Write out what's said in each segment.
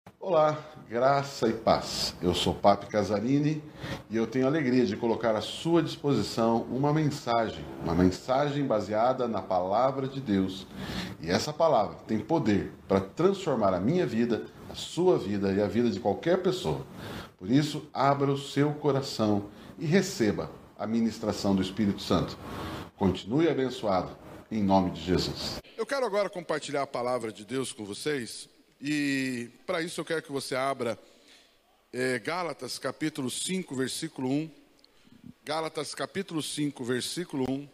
Olá, graça e paz. Eu sou Papi Casarini e eu tenho a alegria de colocar à sua disposição uma mensagem baseada na palavra de Deus. E essa palavra tem poder para transformar a minha vida, a sua vida e a vida de qualquer pessoa. Por isso, abra o seu coração e receba a ministração do Espírito Santo. Continue abençoado, em nome de Jesus. Eu quero agora compartilhar a palavra de Deus com vocês. E para isso eu quero que você abra Gálatas capítulo 5, versículo 1. Gálatas capítulo 5, versículo 1.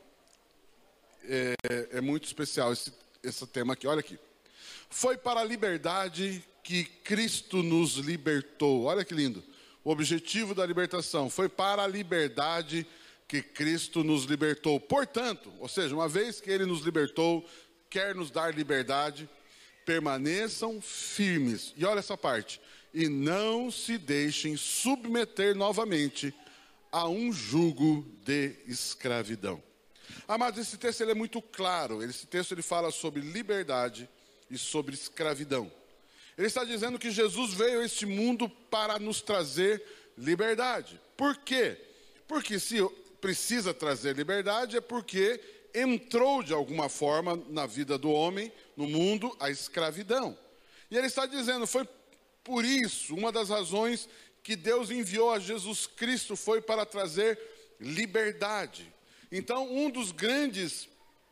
É muito especial esse tema aqui, olha aqui. Foi para a liberdade que Cristo nos libertou. Olha que lindo. O objetivo da libertação foi para a liberdade que Cristo nos libertou. Portanto, ou seja, uma vez que Ele nos libertou, quer nos dar liberdade, permaneçam firmes. E olha essa parte. E não se deixem submeter novamente a um jugo de escravidão. Amados, esse texto ele é muito claro. Esse texto ele fala sobre liberdade e sobre escravidão. Ele está dizendo que Jesus veio a este mundo para nos trazer liberdade. Por quê? Porque se precisa trazer liberdade é porque entrou de alguma forma na vida do homem, no mundo, a escravidão. E ele está dizendo, foi por isso, uma das razões que Deus enviou a Jesus Cristo foi para trazer liberdade. Então, um dos grandes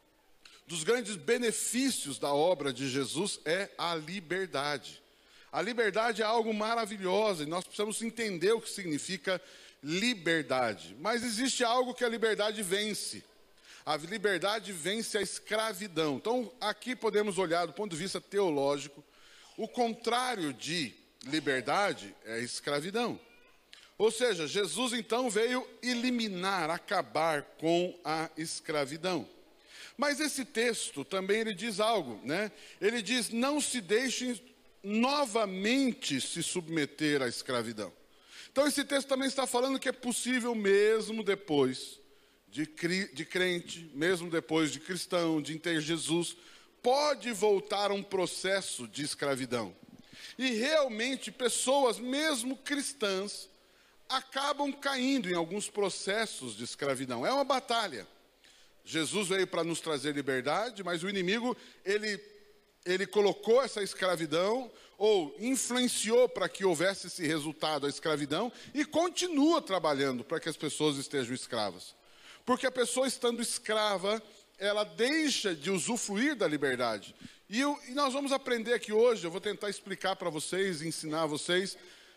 benefícios da obra de Jesus é a liberdade. A liberdade é algo maravilhoso e nós precisamos entender o que significa liberdade. Mas existe algo que a liberdade vence. A liberdade vence a escravidão. Então, aqui podemos olhar do ponto de vista teológico, o contrário de liberdade é a escravidão. Ou seja, Jesus então veio eliminar, acabar com a escravidão. Mas esse texto também ele diz algo, né? Ele diz, não se deixem novamente se submeter à escravidão. Então, esse texto também está falando que é possível mesmo depois de crente, mesmo depois de cristão, de ter Jesus, pode voltar a um processo de escravidão. E realmente pessoas, mesmo cristãs, acabam caindo em alguns processos de escravidão. É uma batalha. Jesus veio para nos trazer liberdade, mas o inimigo, ele colocou essa escravidão, ou influenciou para que houvesse esse resultado, a escravidão, e continua trabalhando para que as pessoas estejam escravas. Porque a pessoa estando escrava, ela deixa de usufruir da liberdade. E nós vamos aprender aqui hoje, eu vou tentar explicar para vocês, ensinar a vocês,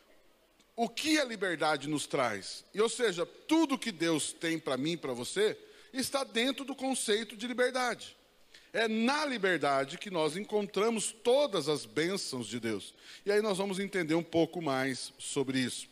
o que a liberdade nos traz. E, ou seja, tudo que Deus tem para mim e para você, está dentro do conceito de liberdade. É na liberdade que nós encontramos todas as bênçãos de Deus. E aí nós vamos entender um pouco mais sobre isso.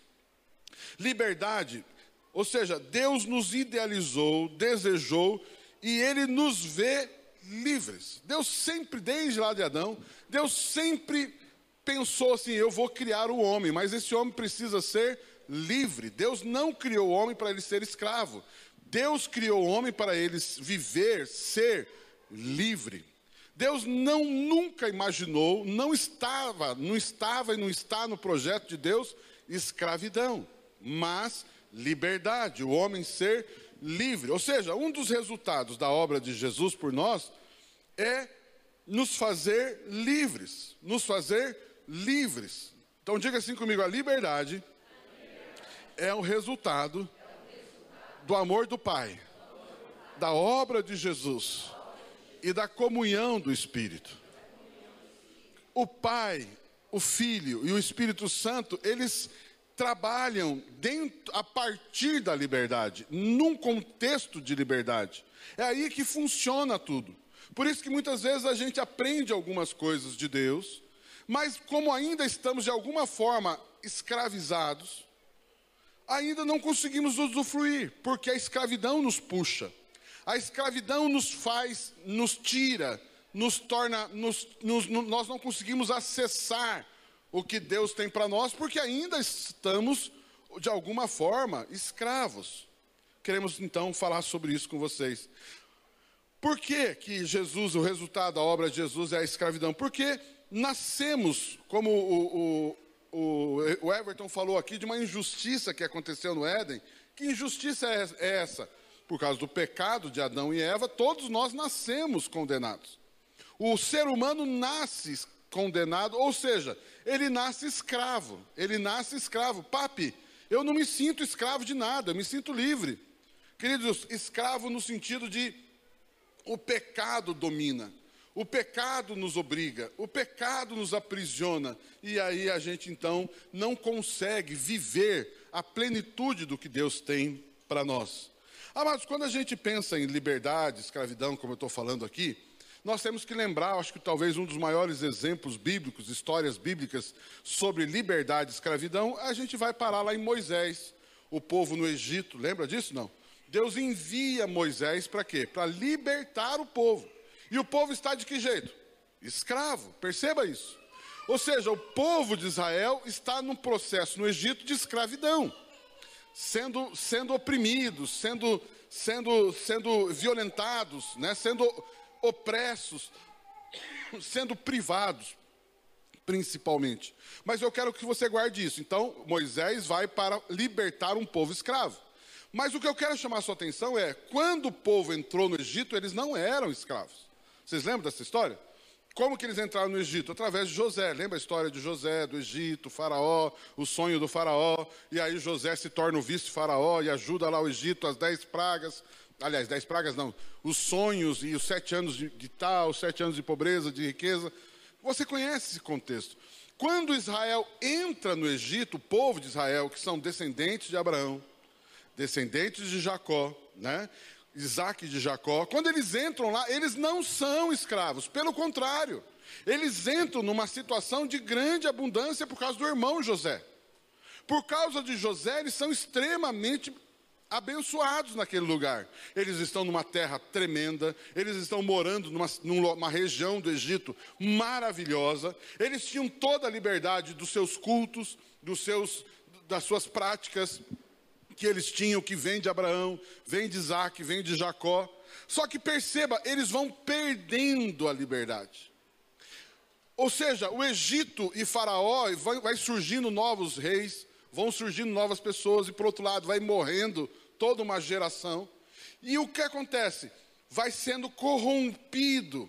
Liberdade, ou seja, Deus nos idealizou, desejou, e Ele nos vê livres. Deus sempre, desde lá de Adão, Deus sempre pensou assim, eu vou criar o homem, mas esse homem precisa ser livre. Deus não criou o homem para ele ser escravo. Deus criou o homem para ele viver, ser livre. Deus nunca imaginou, não estava e não está no projeto de Deus escravidão, mas liberdade, o homem ser livre. Ou seja, um dos resultados da obra de Jesus por nós é nos fazer livres, nos fazer livres. Então diga assim comigo, a liberdade é o resultado do amor do Pai, da obra de Jesus e da comunhão do Espírito. O Pai, o Filho e o Espírito Santo, eles trabalham a partir da liberdade, num contexto de liberdade. É aí que funciona tudo. Por isso que muitas vezes a gente aprende algumas coisas de Deus, mas como ainda estamos de alguma forma escravizados, ainda não conseguimos usufruir, porque a escravidão nos puxa. A escravidão nos faz, nos tira, nos torna, nós não conseguimos acessar o que Deus tem para nós, porque ainda estamos, de alguma forma, escravos. Queremos, então, falar sobre isso com vocês. Por que que Jesus, o resultado da obra de Jesus é a escravidão? Porque nascemos, como o Everton falou aqui, de uma injustiça que aconteceu no Éden. Que injustiça é essa? Por causa do pecado de Adão e Eva, todos nós nascemos condenados. O ser humano nasce condenado, ou seja, ele nasce escravo. Ele nasce escravo. Papi, eu não me sinto escravo de nada, eu me sinto livre. Queridos, escravo no sentido de o pecado domina. O pecado nos obriga, o pecado nos aprisiona, e aí a gente então não consegue viver a plenitude do que Deus tem para nós. Amados, quando a gente pensa em liberdade, escravidão, como eu estou falando aqui, nós temos que lembrar, acho que talvez um dos maiores exemplos bíblicos, histórias bíblicas sobre liberdade e escravidão, a gente vai parar lá em Moisés, o povo no Egito, lembra disso? Não. Deus envia Moisés para quê? Para libertar o povo. E o povo está de que jeito? Escravo, perceba isso. Ou seja, o povo de Israel está num processo no Egito de escravidão, sendo oprimidos, sendo violentados, né? Sendo opressos, sendo privados, principalmente. Mas eu quero que você guarde isso. Então, Moisés vai para libertar um povo escravo. Mas o que eu quero chamar a sua atenção é, quando o povo entrou no Egito, eles não eram escravos. Vocês lembram dessa história? Como que eles entraram no Egito? Através de José. Lembra a história de José, do Egito, o faraó, o sonho do faraó, e aí José se torna o vice-faraó e ajuda lá o Egito, as 10 pragas. Aliás, 10 pragas não, os sonhos e os 7 anos de tal, 7 anos de pobreza, de riqueza. Você conhece esse contexto. Quando Israel entra no Egito, o povo de Israel, que são descendentes de Abraão, descendentes de Jacó, né? Isaac de Jacó, quando eles entram lá, eles não são escravos, pelo contrário, eles entram numa situação de grande abundância por causa do irmão José. Por causa de José, eles são extremamente abençoados naquele lugar. Eles estão numa terra tremenda, eles estão morando numa região do Egito maravilhosa, eles tinham toda a liberdade dos seus cultos, das suas práticas, que eles tinham, que vem de Abraão, vem de Isaac, vem de Jacó. Só que perceba, eles vão perdendo a liberdade. Ou seja, o Egito e Faraó, vai surgindo novos reis, vão surgindo novas pessoas, e por outro lado vai morrendo toda uma geração. E o que acontece? Vai sendo corrompido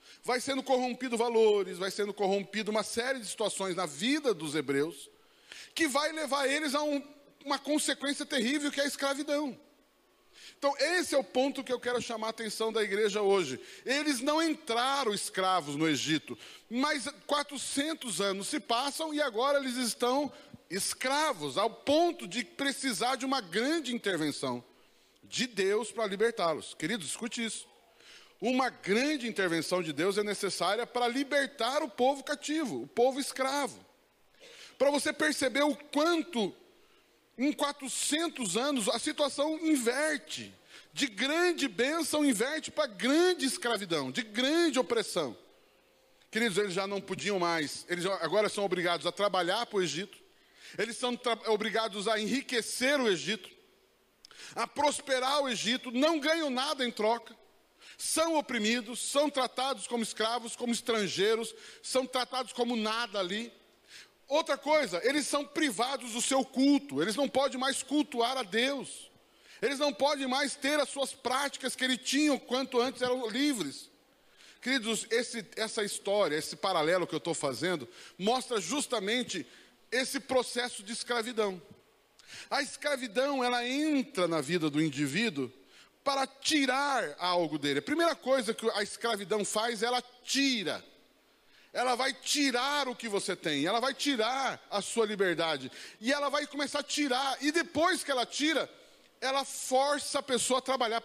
valores, vai sendo corrompido uma série de situações na vida dos hebreus, que vai levar eles a uma consequência terrível, que é a escravidão. Então, esse é o ponto que eu quero chamar a atenção da igreja hoje. Eles não entraram escravos no Egito, mas 400 anos se passam e agora eles estão escravos, ao ponto de precisar de uma grande intervenção de Deus para libertá-los. Queridos, escute isso. Uma grande intervenção de Deus é necessária para libertar o povo cativo, o povo escravo. Para você perceber o quanto em 400 anos, a situação inverte. De grande bênção, inverte para grande escravidão, de grande opressão. Queridos, eles já não podiam mais. Eles agora são obrigados a trabalhar para o Egito. Eles são obrigados a enriquecer o Egito, a prosperar o Egito. Não ganham nada em troca. São oprimidos, são tratados como escravos, como estrangeiros. São tratados como nada ali. Outra coisa, eles são privados do seu culto, eles não podem mais cultuar a Deus, eles não podem mais ter as suas práticas que eles tinham quanto antes eram livres. Queridos, essa história, esse paralelo que eu estou fazendo, mostra justamente esse processo de escravidão. A escravidão, ela entra na vida do indivíduo para tirar algo dele. A primeira coisa que a escravidão faz, ela tira. Ela vai tirar o que você tem, ela vai tirar a sua liberdade. E ela vai começar a tirar, e depois que ela tira, ela força a pessoa a trabalhar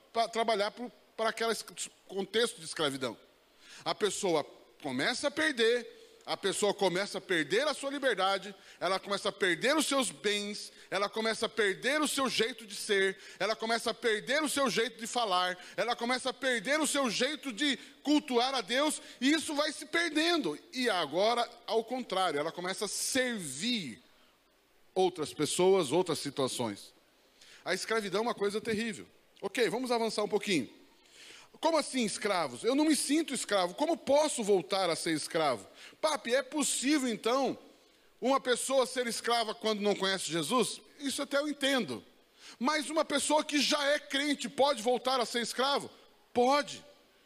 para aquele contexto de escravidão. A pessoa começa a perder, a pessoa começa a perder a sua liberdade, ela começa a perder os seus bens, ela começa a perder o seu jeito de ser, ela começa a perder o seu jeito de falar, ela começa a perder o seu jeito de cultuar a Deus, e isso vai se perdendo. E agora, ao contrário, ela começa a servir outras pessoas, outras situações. A escravidão é uma coisa terrível. Ok, vamos avançar um pouquinho. Como assim escravos? Eu não me sinto escravo. Como posso voltar a ser escravo? Papi, é possível então uma pessoa ser escrava quando não conhece Jesus? Isso até eu entendo. Mas uma pessoa que já é crente pode voltar a ser escravo? Pode.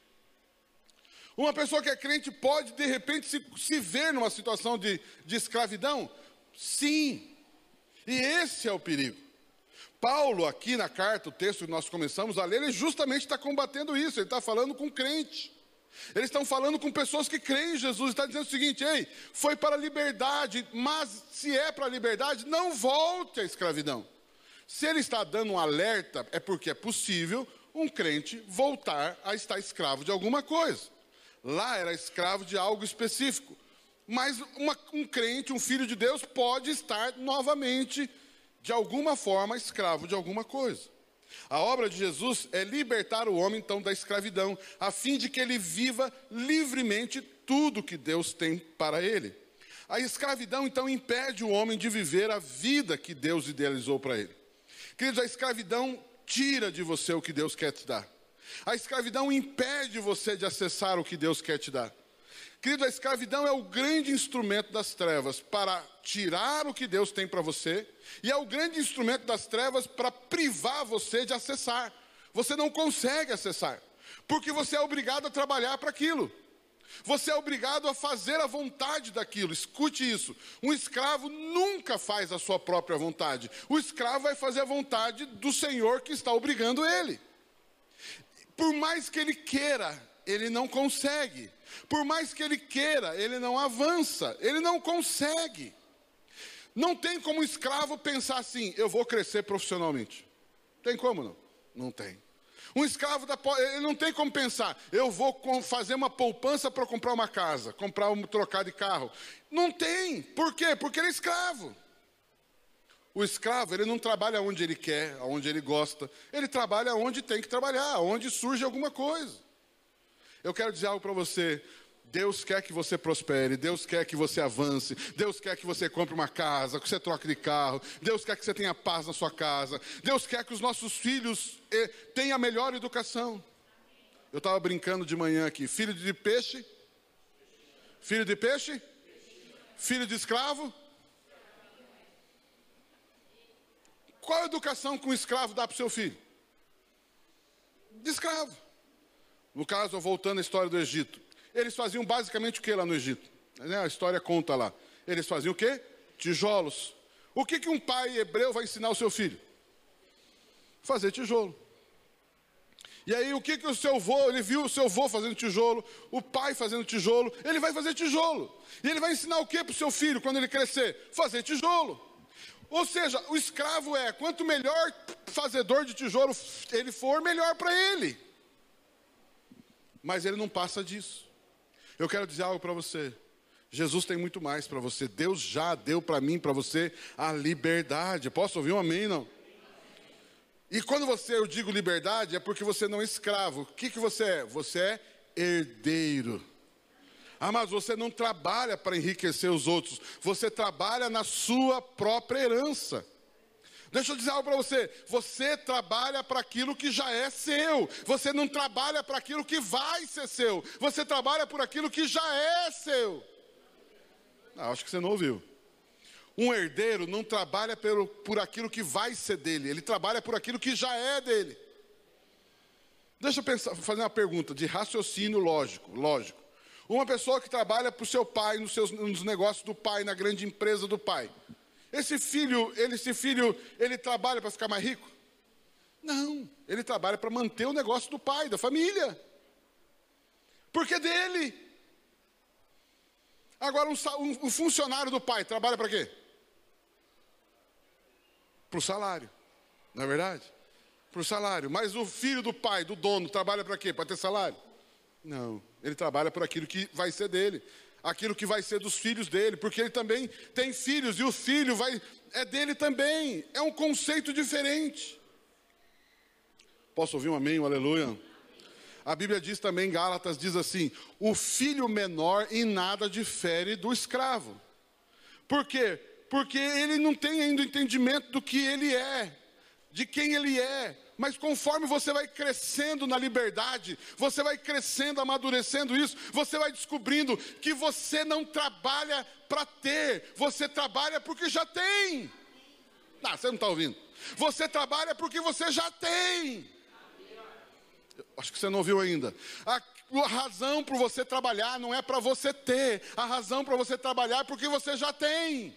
Uma pessoa que é crente pode, de repente, se ver numa situação de escravidão? Sim. E esse é o perigo. Paulo, aqui na carta, o texto que nós começamos a ler, ele justamente está combatendo isso. Ele está falando com crente. Eles estão falando com pessoas que creem em Jesus. Ele está dizendo o seguinte: ei, foi para a liberdade, mas se é para a liberdade, não volte à escravidão. Se ele está dando um alerta, é porque é possível um crente voltar a estar escravo de alguma coisa. Lá era escravo de algo específico. Mas um crente, um filho de Deus, pode estar novamente, de alguma forma, escravo de alguma coisa. A obra de Jesus é libertar o homem, então, da escravidão, a fim de que ele viva livremente tudo que Deus tem para ele. A escravidão, então, impede o homem de viver a vida que Deus idealizou para ele. Queridos, a escravidão tira de você o que Deus quer te dar. A escravidão impede você de acessar o que Deus quer te dar. Querido, a escravidão é o grande instrumento das trevas para tirar o que Deus tem para você, e é o grande instrumento das trevas para privar você de acessar. Você não consegue acessar, porque você é obrigado a trabalhar para aquilo. Você é obrigado a fazer a vontade daquilo. Escute isso: um escravo nunca faz a sua própria vontade. O escravo vai fazer a vontade do Senhor que está obrigando ele. Por mais que ele queira, ele não consegue. Por mais que ele queira, ele não avança. Ele não consegue. Não tem como um escravo pensar assim: eu vou crescer profissionalmente. Tem como não? Não tem. Um escravo ele não tem como pensar: eu vou fazer uma poupança para comprar uma casa, trocar de carro. Não tem. Por quê? Porque ele é escravo. O escravo, ele não trabalha onde ele quer, onde ele gosta. Ele trabalha onde tem que trabalhar, onde surge alguma coisa. Eu quero dizer algo para você: Deus quer que você prospere, Deus quer que você avance, Deus quer que você compre uma casa, que você troque de carro, Deus quer que você tenha paz na sua casa, Deus quer que os nossos filhos tenham a melhor educação. Eu estava brincando de manhã aqui: filho de peixe? Filho de peixe? Filho de escravo? Qual a educação que um escravo dá para o seu filho? De escravo. No caso, voltando à história do Egito, eles faziam basicamente o que lá no Egito? A história conta lá. Eles faziam o quê? Tijolos. O que um pai hebreu vai ensinar ao seu filho? Fazer tijolo. E aí, o que o seu avô, ele viu o seu avô fazendo tijolo, o pai fazendo tijolo, ele vai fazer tijolo. E ele vai ensinar o que para o seu filho quando ele crescer? Fazer tijolo. Ou seja, o escravo quanto melhor fazedor de tijolo ele for, melhor para ele. Mas ele não passa disso. Eu quero dizer algo para você: Jesus tem muito mais para você. Deus já deu para mim, para você, a liberdade. Posso ouvir um amém, não? E quando eu digo liberdade, é porque você não é escravo. O que você é? Você é herdeiro. Ah, mas você não trabalha para enriquecer os outros. Você trabalha na sua própria herança. Deixa eu dizer algo para você: você trabalha para aquilo que já é seu. Você não trabalha para aquilo que vai ser seu. Você trabalha por aquilo que já é seu. Acho que você não ouviu. Um herdeiro não trabalha por aquilo que vai ser dele. Ele trabalha por aquilo que já é dele. Deixa eu fazer uma pergunta de raciocínio lógico. Uma pessoa que trabalha para o seu pai, nos negócios do pai, na grande empresa do pai. Esse filho, ele trabalha para ficar mais rico? Não, ele trabalha para manter o negócio do pai, da família. Porque é dele. Agora, um funcionário do pai trabalha para quê? Para o salário, não é verdade? Para o salário. Mas o filho do pai, do dono, trabalha para quê? Para ter salário? Não, ele trabalha por aquilo que vai ser dele. Aquilo que vai ser dos filhos dele, porque ele também tem filhos, e o filho é dele também. É um conceito diferente. Posso ouvir um amém, um aleluia? A Bíblia diz também, Gálatas diz assim: o filho menor em nada difere do escravo. Por quê? Porque ele não tem ainda o entendimento do que ele é. de quem Ele é. Mas conforme você vai crescendo na liberdade, você vai crescendo, amadurecendo isso, você vai descobrindo que você não trabalha para ter, você trabalha porque já tem. Não, você não está ouvindo. Você trabalha porque você já tem. Acho que você não ouviu ainda. A razão para você trabalhar não é para você ter. A razão para você trabalhar é porque você já tem.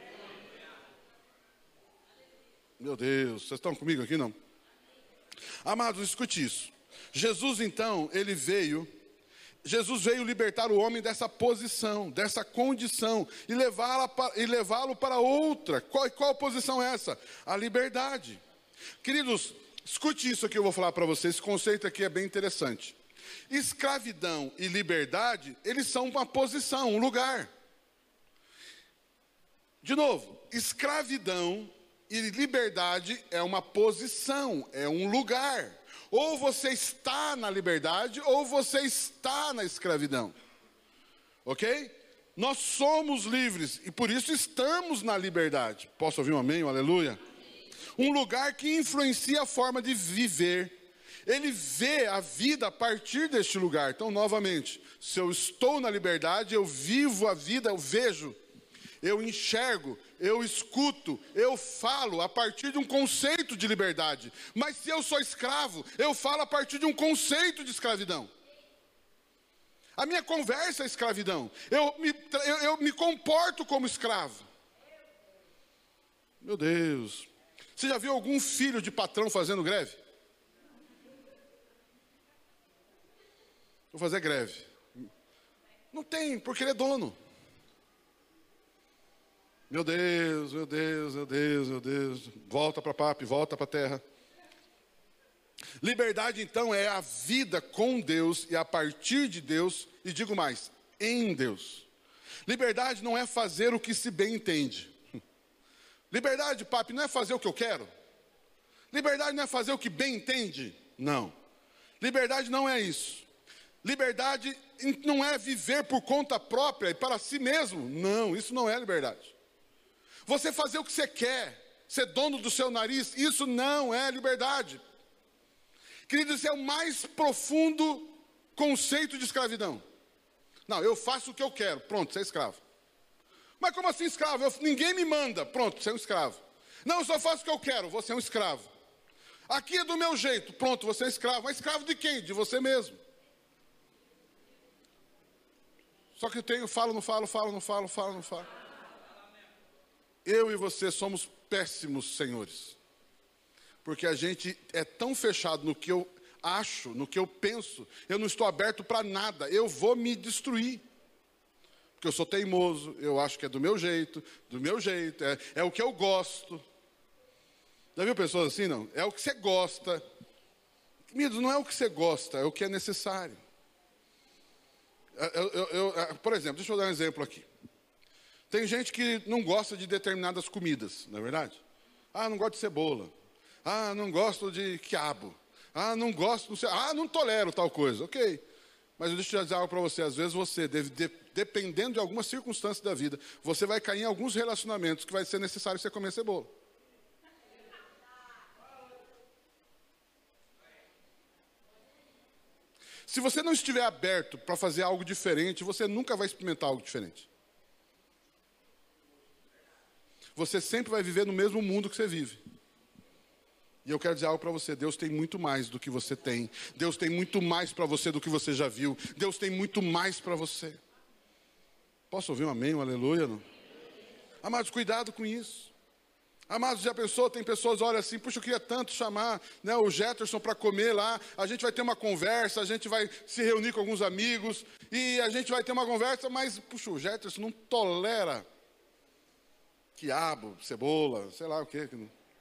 Meu Deus, vocês estão comigo aqui, não? Amados, escute isso. Jesus, então, Jesus veio libertar o homem dessa posição, dessa condição, e levá-lo para outra. Qual posição é essa? A liberdade. Queridos, escute isso aqui, eu vou falar para vocês. Esse conceito aqui é bem interessante. Escravidão e liberdade, eles são uma posição, um lugar. De novo, escravidão e liberdade é uma posição, é um lugar. Ou você está na liberdade, ou você está na escravidão. Ok? Nós somos livres e por isso estamos na liberdade. Posso ouvir um amém, um aleluia? Um lugar que influencia a forma de viver. Ele vê a vida a partir deste lugar. Então, novamente, se eu estou na liberdade, eu vivo a vida, eu vejo, eu enxergo, eu escuto, eu falo a partir de um conceito de liberdade. Mas se eu sou escravo, eu falo a partir de um conceito de escravidão. A minha conversa é escravidão. Eu me comporto como escravo. Meu Deus. Você já viu algum filho de patrão fazendo greve? Vou fazer greve. Não tem, porque ele é dono. Meu Deus, meu Deus, meu Deus, meu Deus. Volta para a papi, volta para a terra. Liberdade, então, é a vida com Deus e a partir de Deus, e digo mais, em Deus. Liberdade não é fazer o que se bem entende. Liberdade, papi, não é fazer o que eu quero. Liberdade não é fazer o que bem entende. Não. Liberdade não é isso. Liberdade não é viver por conta própria e para si mesmo. Não, isso não é liberdade. Você fazer o que você quer, ser dono do seu nariz, isso não é liberdade. Queridos, esse é o mais profundo conceito de escravidão. Não, eu faço o que eu quero, pronto, você é escravo. Mas como assim escravo? Ninguém me manda, pronto, você é um escravo. Não, eu só faço o que eu quero, você é um escravo. Aqui é do meu jeito, pronto, você é escravo. Mas escravo de quem? De você mesmo. Só que eu tenho, falo, não falo. Eu e você somos péssimos senhores. Porque a gente é tão fechado no que eu acho, no que eu penso, eu não estou aberto para nada, eu vou me destruir. Porque eu sou teimoso, eu acho que é do meu jeito, é o que eu gosto. Já viu pessoas assim, não? É o que você gosta. Queridos, não é o que você gosta, é o que é necessário. Por exemplo, deixa eu dar um exemplo aqui. Tem gente que não gosta de determinadas comidas, não é verdade? Ah, não gosto de cebola. Ah, não gosto de quiabo. Ah, não gosto, não tolero tal coisa. Ok, mas deixa eu dizer algo para você. Às vezes você, dependendo de algumas circunstâncias da vida, você vai cair em alguns relacionamentos que vai ser necessário você comer cebola. Se você não estiver aberto para fazer algo diferente, você nunca vai experimentar algo diferente. Você sempre vai viver no mesmo mundo que você vive. E eu quero dizer algo para você. Deus tem muito mais do que você tem. Deus tem muito mais para você do que você já viu. Deus tem muito mais para você. Posso ouvir um amém, um aleluia? Não? Amados, cuidado com isso. Amados, já pensou? Tem pessoas, olha assim, puxa, eu queria tanto chamar, né, o Jetterson para comer lá. A gente vai ter uma conversa, a gente vai se reunir com alguns amigos. E a gente vai ter uma conversa, mas, puxa, o Jetterson não tolera quiabo, cebola, sei lá o quê.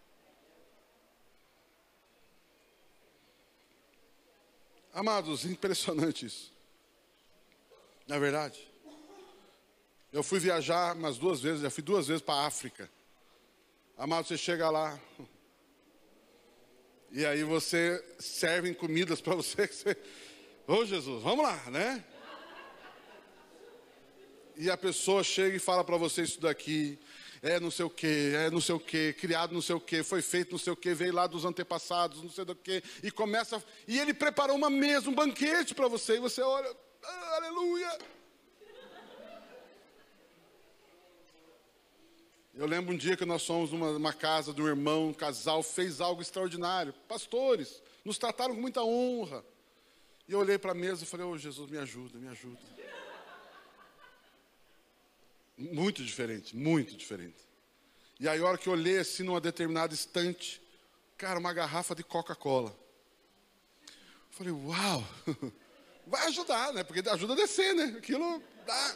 Amados, impressionante isso. Não é verdade? Eu fui viajar umas 2 vezes, já fui 2 vezes para a África. Amado, você chega lá, e aí você servem comidas para você, Ô Jesus, vamos lá, né? e a pessoa chega e fala para você isso daqui, não sei o quê, criado não sei o quê, foi feito não sei o quê, veio lá dos antepassados, não sei do quê, e ele preparou uma mesa, um banquete para você, e você olha, aleluia. Eu lembro um dia que nós fomos numa casa de um irmão, um casal, fez algo extraordinário. Pastores, nos trataram com muita honra. E eu olhei para a mesa e falei, Jesus, me ajuda, me ajuda. Muito diferente, muito diferente. E aí, a hora que eu olhei assim, numa determinada estante, cara, uma garrafa de Coca-Cola. Falei, uau, vai ajudar, né? Porque ajuda a descer, né? Aquilo dá.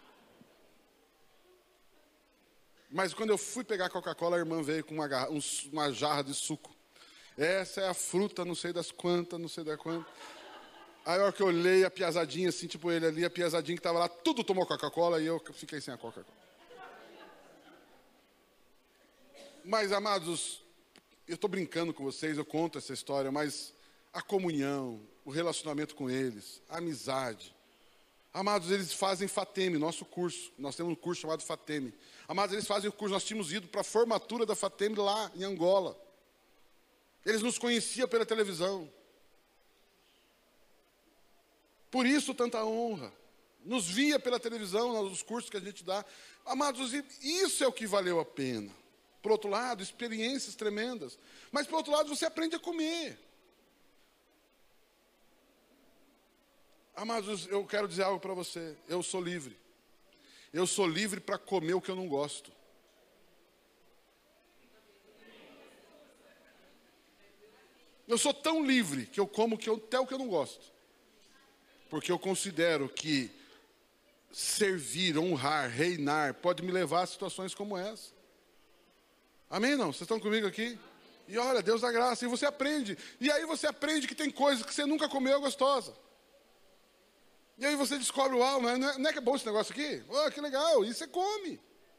Mas quando eu fui pegar a Coca-Cola, a irmã veio com uma jarra de suco. Essa é a fruta, não sei das quantas, não sei da quanta. Aí a hora que eu olhei a piazadinha, assim, tipo ele ali, a piazadinha que estava lá, tudo tomou Coca-Cola e eu fiquei sem a Coca-Cola. Mas, amados, eu estou brincando com vocês, eu conto essa história, mas a comunhão, o relacionamento com eles, a amizade. Amados, eles fazem FATEM, nosso curso. Nós temos um curso chamado FATEM. Amados, eles fazem o curso. Nós tínhamos ido para a formatura da FATEM lá em Angola. Eles nos conheciam pela televisão. Por isso tanta honra. Nos via pela televisão, nos cursos que a gente dá. Amados, isso é o que valeu a pena. Por outro lado, experiências tremendas. Mas por outro lado, você aprende a comer. Amados, eu quero dizer algo para você. Eu sou livre. Eu sou livre para comer o que eu não gosto. Eu sou tão livre que eu como até o que eu não gosto. Porque eu considero que servir, honrar, reinar, pode me levar a situações como essa. Amém, não? Vocês estão comigo aqui? E olha, Deus dá graça. E você aprende. E aí você aprende que tem coisas que você nunca comeu gostosa. E aí você descobre, uau, não é que é bom esse negócio aqui? Oh, que legal, e você come.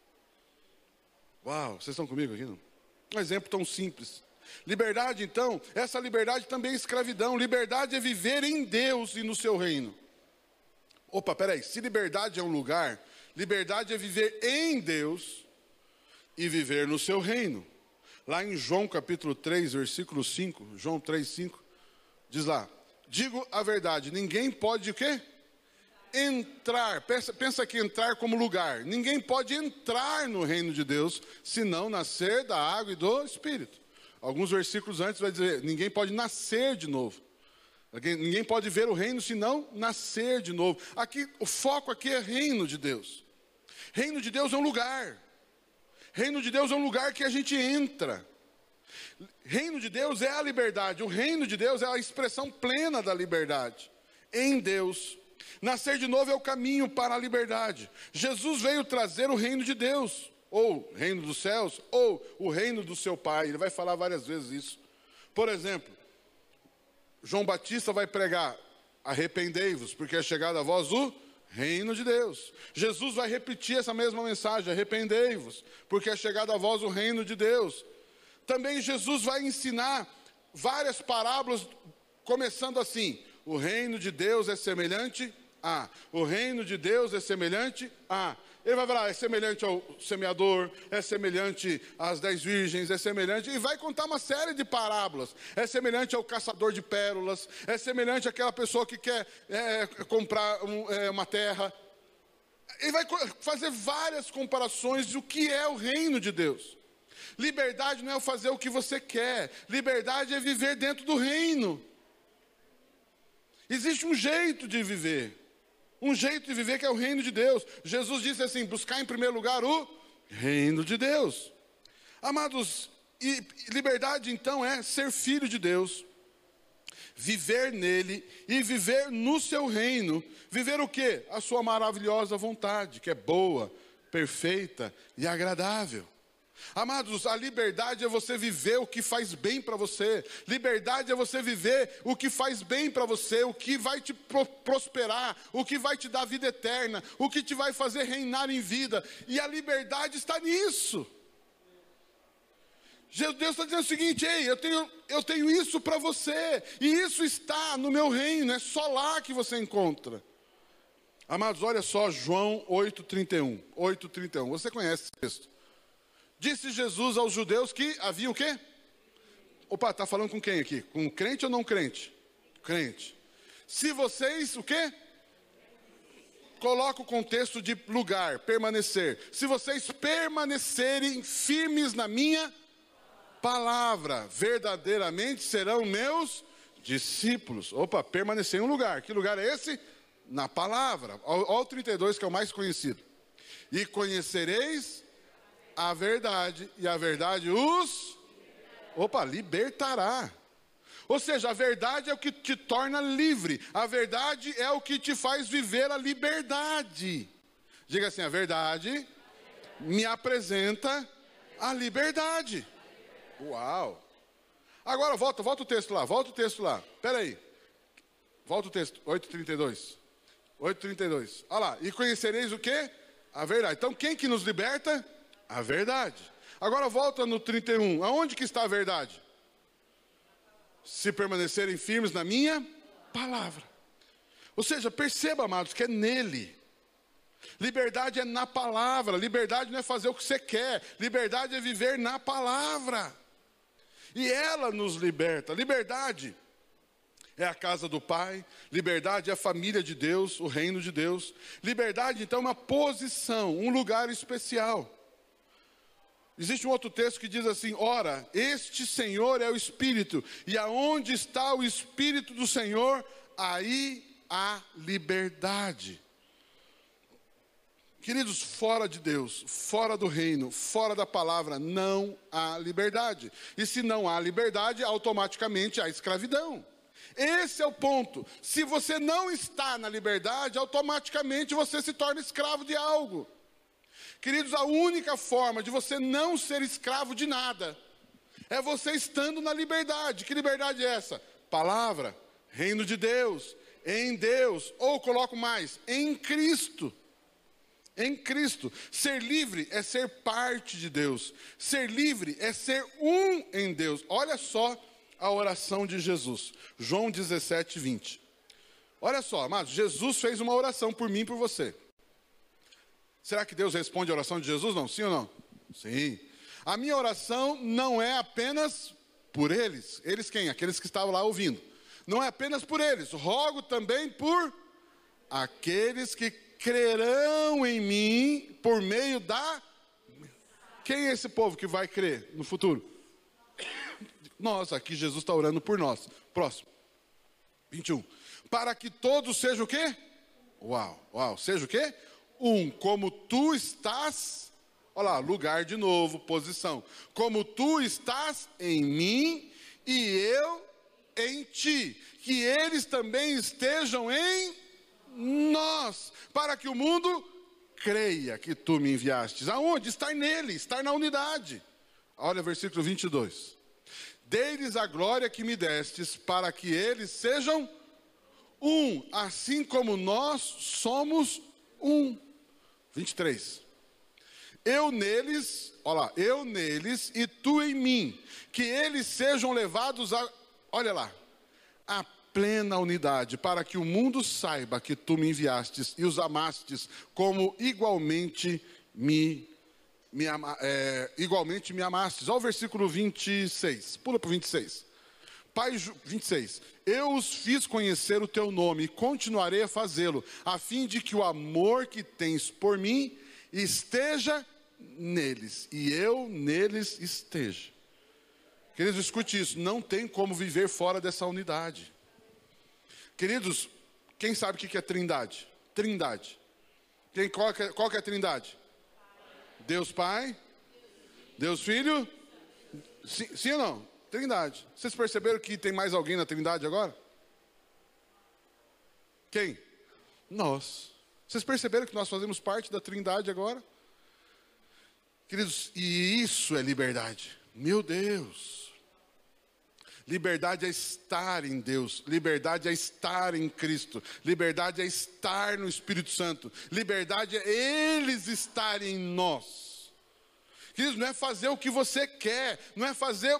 Uau, vocês estão comigo aqui, não? Um exemplo tão simples. Liberdade, então, essa liberdade também é escravidão. Liberdade é viver em Deus e no seu reino. Opa, peraí, se liberdade é um lugar, liberdade é viver em Deus e viver no seu reino. Lá em João capítulo 3, versículo 5, João 3, 5, diz lá, digo a verdade, ninguém pode o quê? Entrar, pensa que entrar como lugar. Ninguém pode entrar no reino de Deus, se não nascer da água e do Espírito. Alguns versículos antes vai dizer, ninguém pode nascer de novo. Ninguém pode ver o reino, se não nascer de novo. Aqui, o foco aqui é reino de Deus. Reino de Deus é um lugar. Reino de Deus é um lugar que a gente entra. Reino de Deus é a liberdade. O reino de Deus é a expressão plena da liberdade. Em Deus. Nascer de novo é o caminho para a liberdade. Jesus veio trazer o reino de Deus, ou reino dos céus, ou o reino do seu Pai. Ele vai falar várias vezes isso. Por exemplo, João Batista vai pregar, arrependei-vos, porque é chegado a vós o reino de Deus. Jesus vai repetir essa mesma mensagem, arrependei-vos, porque é chegado a vós o reino de Deus. Também Jesus vai ensinar várias parábolas, começando assim, o reino de Deus é semelhante a. O reino de Deus é semelhante a. Ele vai falar, é semelhante ao semeador, é semelhante às 10 virgens, é semelhante... E vai contar uma série de parábolas. É semelhante ao caçador de pérolas, é semelhante àquela pessoa que quer comprar uma terra. Ele vai fazer várias comparações do que é o reino de Deus. Liberdade não é fazer o que você quer. Liberdade é viver dentro do reino. Existe um jeito de viver. Um jeito de viver que é o reino de Deus. Jesus disse assim, buscar em primeiro lugar o reino de Deus. Amados, e liberdade então é ser filho de Deus. Viver nele e viver no seu reino. Viver o quê? A sua maravilhosa vontade, que é boa, perfeita e agradável. Amados, a liberdade é você viver o que faz bem para você. Liberdade é você viver o que faz bem para você, o que vai te prosperar, o que vai te dar vida eterna, o que te vai fazer reinar em vida. E a liberdade está nisso. Deus está dizendo o seguinte, ei, eu tenho isso para você, e isso está no meu reino, é só lá que você encontra. Amados, olha só João 8,31. 8,31. Você conhece esse texto. Disse Jesus aos judeus que havia o quê? Opa, está falando com quem aqui? Com crente ou não crente? Crente. Se vocês, o quê? Coloca o contexto de lugar, permanecer. Se vocês permanecerem firmes na minha palavra, verdadeiramente serão meus discípulos. Opa, permanecer em um lugar. Que lugar é esse? Na palavra. Olha o 32, que é o mais conhecido. E conhecereis a verdade, e a verdade os... Opa, libertará. Ou seja, a verdade é o que te torna livre. A verdade é o que te faz viver a liberdade. Diga assim, a verdade me apresenta a liberdade. Uau! Agora volta o texto lá, Espera aí. Volta o texto, 8,32. 8,32. Olha lá, e conhecereis o quê? A verdade. Então, quem que nos liberta? A verdade. Agora volta no 31. Aonde que está a verdade? Se permanecerem firmes na minha palavra. Ou seja, perceba, amados, que é nele. Liberdade é na palavra. Liberdade não é fazer o que você quer. Liberdade é viver na palavra. E ela nos liberta. Liberdade é a casa do Pai. Liberdade é a família de Deus, o reino de Deus. Liberdade, então, é uma posição, um lugar especial. Existe um outro texto que diz assim: ora, este Senhor é o Espírito, e aonde está o Espírito do Senhor, aí há liberdade. Queridos, fora de Deus, fora do reino, fora da palavra, não há liberdade. E se não há liberdade, automaticamente há escravidão. Esse é o ponto. Se você não está na liberdade, automaticamente você se torna escravo de algo. Queridos, a única forma de você não ser escravo de nada é você estando na liberdade. Que liberdade é essa? Palavra, reino de Deus, em Deus, ou coloco mais, em Cristo. Em Cristo. Ser livre é ser parte de Deus. Ser livre é ser um em Deus. Olha só a oração de Jesus. João 17, 20. Olha só, amados, Jesus fez uma oração por mim e por você. Será que Deus responde a oração de Jesus? Não, sim ou não? Sim. A minha oração não é apenas por eles. Eles quem? Aqueles que estavam lá ouvindo. Não é apenas por eles. Rogo também por aqueles que crerão em mim por meio da... Quem é esse povo que vai crer no futuro? Nós, aqui Jesus está orando por nós. Próximo. 21. Para que todos sejam o quê? Uau. Seja o quê? Um, como tu estás... Olha lá, lugar de novo, posição. Como tu estás em mim e eu em ti. Que eles também estejam em nós, para que o mundo creia que tu me enviastes. Aonde? Estar nele, estar na unidade. Olha versículo 22. Dei-lhes a glória que me destes, para que eles sejam um, assim como nós somos um. 23. Eu neles, olha lá, eu neles e tu em mim, que eles sejam levados a, olha lá, a plena unidade, para que o mundo saiba que tu me enviastes e os amastes, como igualmente me amastes. Olha o versículo 26, pula para o 26. Pai, 26. Eu os fiz conhecer o teu nome e continuarei a fazê-lo, a fim de que o amor que tens por mim esteja neles e eu neles esteja. Queridos, escute isso, não tem como viver fora dessa unidade. Queridos, quem sabe o que é trindade? Trindade. Qual que é a trindade? Deus Pai, Deus Filho, sim ou não? Trindade. Vocês perceberam que tem mais alguém na trindade agora? Quem? Nós. Vocês perceberam que nós fazemos parte da trindade agora? Queridos, e isso é liberdade. Meu Deus. Liberdade é estar em Deus. Liberdade é estar em Cristo. Liberdade é estar no Espírito Santo. Liberdade é eles estarem em nós. Queridos, não é fazer o que você quer. Não é fazer...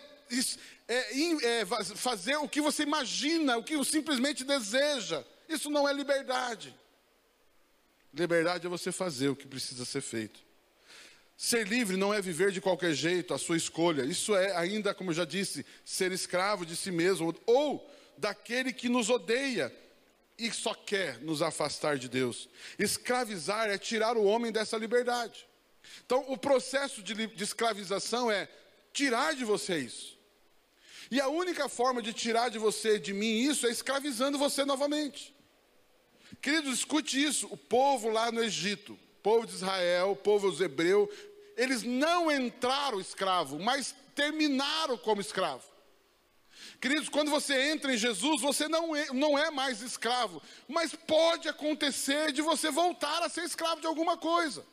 fazer o que você imagina, o que simplesmente deseja. Isso não é liberdade. Liberdade é você fazer o que precisa ser feito. Ser livre não é viver de qualquer jeito, a sua escolha. Isso é ainda, como eu já disse, ser escravo de si mesmo ou daquele que nos odeia e só quer nos afastar de Deus. Escravizar é tirar o homem dessa liberdade. Então, o processo de escravização é tirar de você isso. E a única forma de tirar de você, de mim, isso é escravizando você novamente. Queridos, escute isso. O povo lá no Egito, o povo de Israel, o povo dos hebreus, eles não entraram escravo, mas terminaram como escravo. Queridos, quando você entra em Jesus, você não é mais escravo, mas pode acontecer de você voltar a ser escravo de alguma coisa.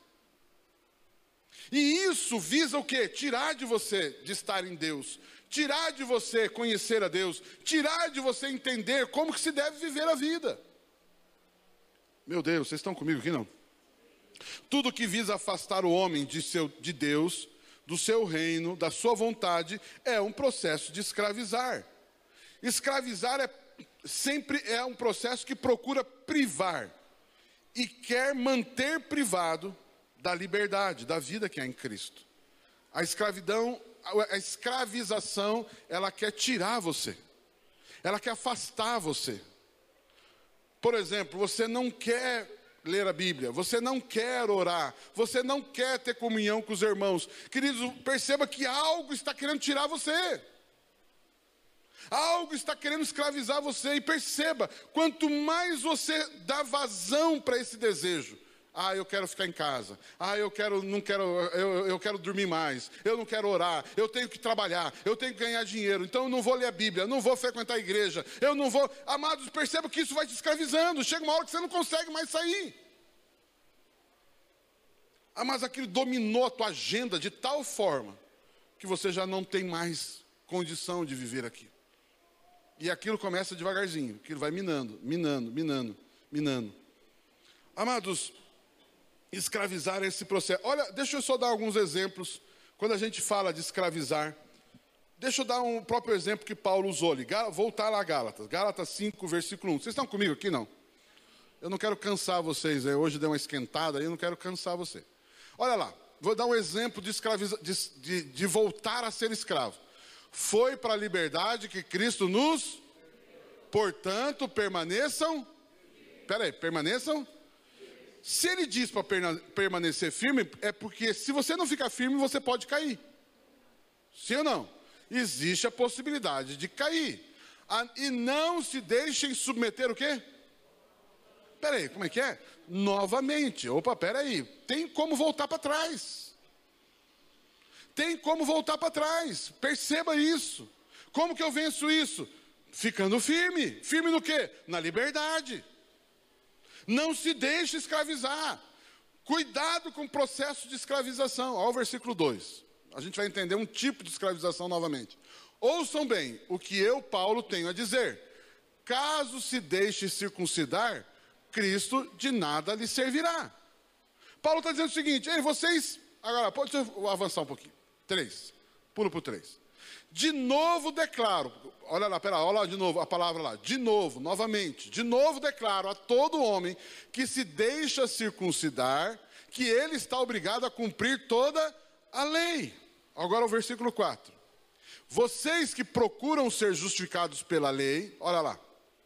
E isso visa o quê? Tirar de você de estar em Deus, tirar de você conhecer a Deus, tirar de você entender como que se deve viver a vida. Meu Deus, vocês estão comigo aqui não? Tudo que visa afastar o homem de Deus, do seu reino, da sua vontade, é um processo de escravizar. Escravizar sempre é um processo que procura privar e quer manter privado da liberdade, da vida que há em Cristo. A escravização, ela quer tirar você. Ela quer afastar você. Por exemplo, você não quer ler a Bíblia, você não quer orar, você não quer ter comunhão com os irmãos. Queridos, perceba que algo está querendo tirar você. Algo está querendo escravizar você. E perceba, quanto mais você dá vazão para esse desejo, eu quero ficar em casa. Eu quero dormir mais. Eu não quero orar. Eu tenho que trabalhar. Eu tenho que ganhar dinheiro. Então eu não vou ler a Bíblia. Eu não vou frequentar a igreja. Eu não vou... Amados, perceba que isso vai te escravizando. Chega uma hora que você não consegue mais sair. Mas aquilo dominou a tua agenda de tal forma que você já não tem mais condição de viver aqui. E aquilo começa devagarzinho. Aquilo vai minando. Amados, escravizar esse processo. Olha, deixa eu só dar alguns exemplos. Quando a gente fala de escravizar, deixa eu dar um próprio exemplo que Paulo usou ali. Voltar lá a Gálatas. Gálatas 5, versículo 1. Vocês estão comigo aqui, não? Eu não quero cansar vocês. Hoje deu uma esquentada aí, eu não quero cansar você. Olha lá, vou dar um exemplo de voltar a ser escravo. Foi para a liberdade que Cristo nos... Portanto, permaneçam... permaneçam... Se ele diz para permanecer firme, é porque se você não ficar firme, você pode cair. Sim ou não? Existe a possibilidade de cair. E não se deixem submeter o quê? Como é que é? Novamente. Tem como voltar para trás. Tem como voltar para trás. Perceba isso. Como que eu venço isso? Ficando firme. Firme no quê? Na liberdade. Não se deixe escravizar. Cuidado com o processo de escravização. Olha o versículo 2. A gente vai entender um tipo de escravização novamente. Ouçam bem o que eu, Paulo, tenho a dizer. Caso se deixe circuncidar, Cristo de nada lhe servirá. Paulo está dizendo o seguinte, vocês... Agora, pode avançar um pouquinho. 3. Pulo para o 3. De novo declaro... Olha lá de novo a palavra lá. De novo, novamente. De novo declaro a todo homem que se deixa circuncidar, que ele está obrigado a cumprir toda a lei. Agora o versículo 4. Vocês que procuram ser justificados pela lei, olha lá.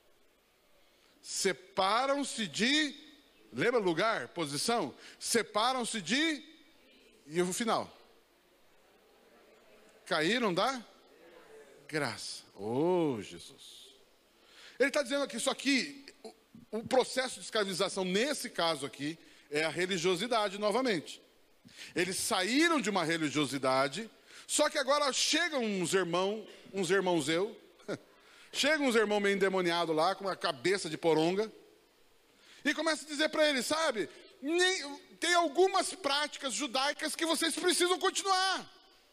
Separam-se de... Lembra lugar, posição? Separam-se de... E o final? Caíram da graça. Oh, Jesus. Ele está dizendo que isso aqui, o processo de escravização, nesse caso aqui, é a religiosidade novamente. Eles saíram de uma religiosidade, só que agora chegam uns irmãos chegam uns irmãos meio endemoniados lá, com a cabeça de poronga, e começa a dizer para eles, sabe, tem algumas práticas judaicas que vocês precisam continuar.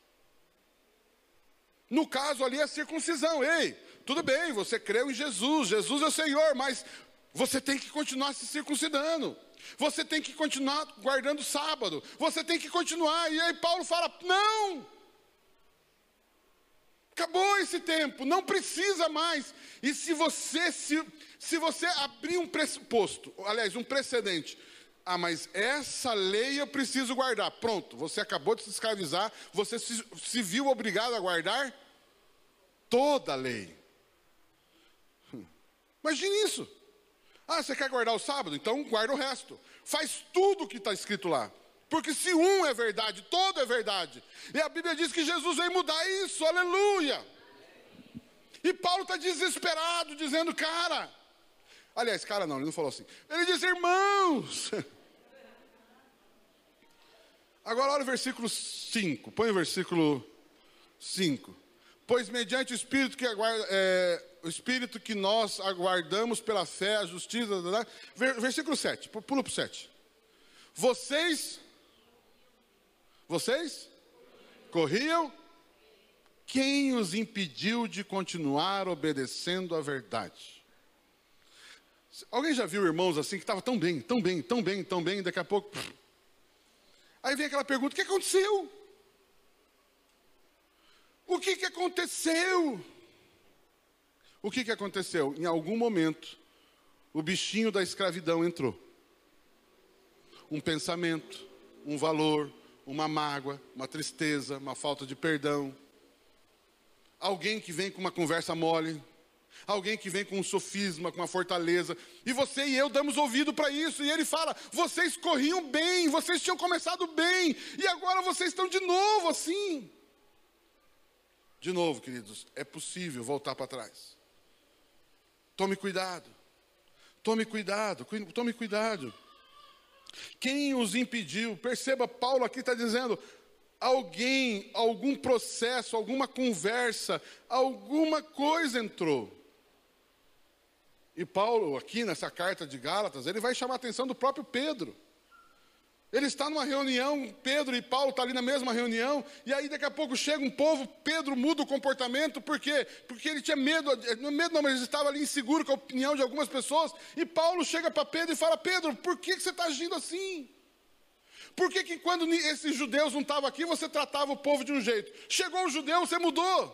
No caso ali, a circuncisão. Tudo bem, você creu em Jesus, Jesus é o Senhor, mas você tem que continuar se circuncidando. Você tem que continuar guardando o sábado. Você tem que continuar. E aí Paulo fala, não! Acabou esse tempo, não precisa mais. E se você abrir um pressuposto, aliás, um precedente, Ah, mas essa lei eu preciso guardar. Pronto, você acabou de se escravizar, você se viu obrigado a guardar toda a lei. Imagine isso. Ah, você quer guardar o sábado? Então guarda o resto. Faz tudo o que está escrito lá. Porque se um é verdade, todo é verdade. E a Bíblia diz que Jesus veio mudar isso, aleluia. E Paulo está desesperado, dizendo, cara... Aliás, cara não, ele não falou assim. Ele diz, irmãos... Agora olha o versículo 5, põe o versículo 5. Pois mediante o Espírito que nós aguardamos pela fé, a justiça... Versículo 7, pula para o 7. Vocês corriam? Quem os impediu de continuar obedecendo à verdade? Alguém já viu irmãos assim que estavam tão bem, e daqui a pouco... Aí vem aquela pergunta, o que aconteceu? O que aconteceu? O que aconteceu? Em algum momento, o bichinho da escravidão entrou. Um pensamento, um valor, uma mágoa, uma tristeza, uma falta de perdão. Alguém que vem com uma conversa mole. Alguém que vem com um sofisma, com uma fortaleza. E você e eu damos ouvido para isso. E ele fala, vocês corriam bem, vocês tinham começado bem. E agora vocês estão de novo assim. De novo, queridos, é possível voltar para trás. Tome cuidado. Tome cuidado, tome cuidado. Quem os impediu? Perceba, Paulo aqui está dizendo... Alguém, algum processo, alguma conversa, alguma coisa entrou. E Paulo, aqui nessa carta de Gálatas, ele vai chamar a atenção do próprio Pedro. Ele está numa reunião, Pedro e Paulo estão ali na mesma reunião, e aí daqui a pouco chega um povo, Pedro muda o comportamento, por quê? Porque ele tinha medo, não, mas ele estava ali inseguro com a opinião de algumas pessoas, e Paulo chega para Pedro e fala, Pedro, por que você está agindo assim? Por que quando esses judeus não estavam aqui, você tratava o povo de um jeito? Chegou o judeu, você mudou.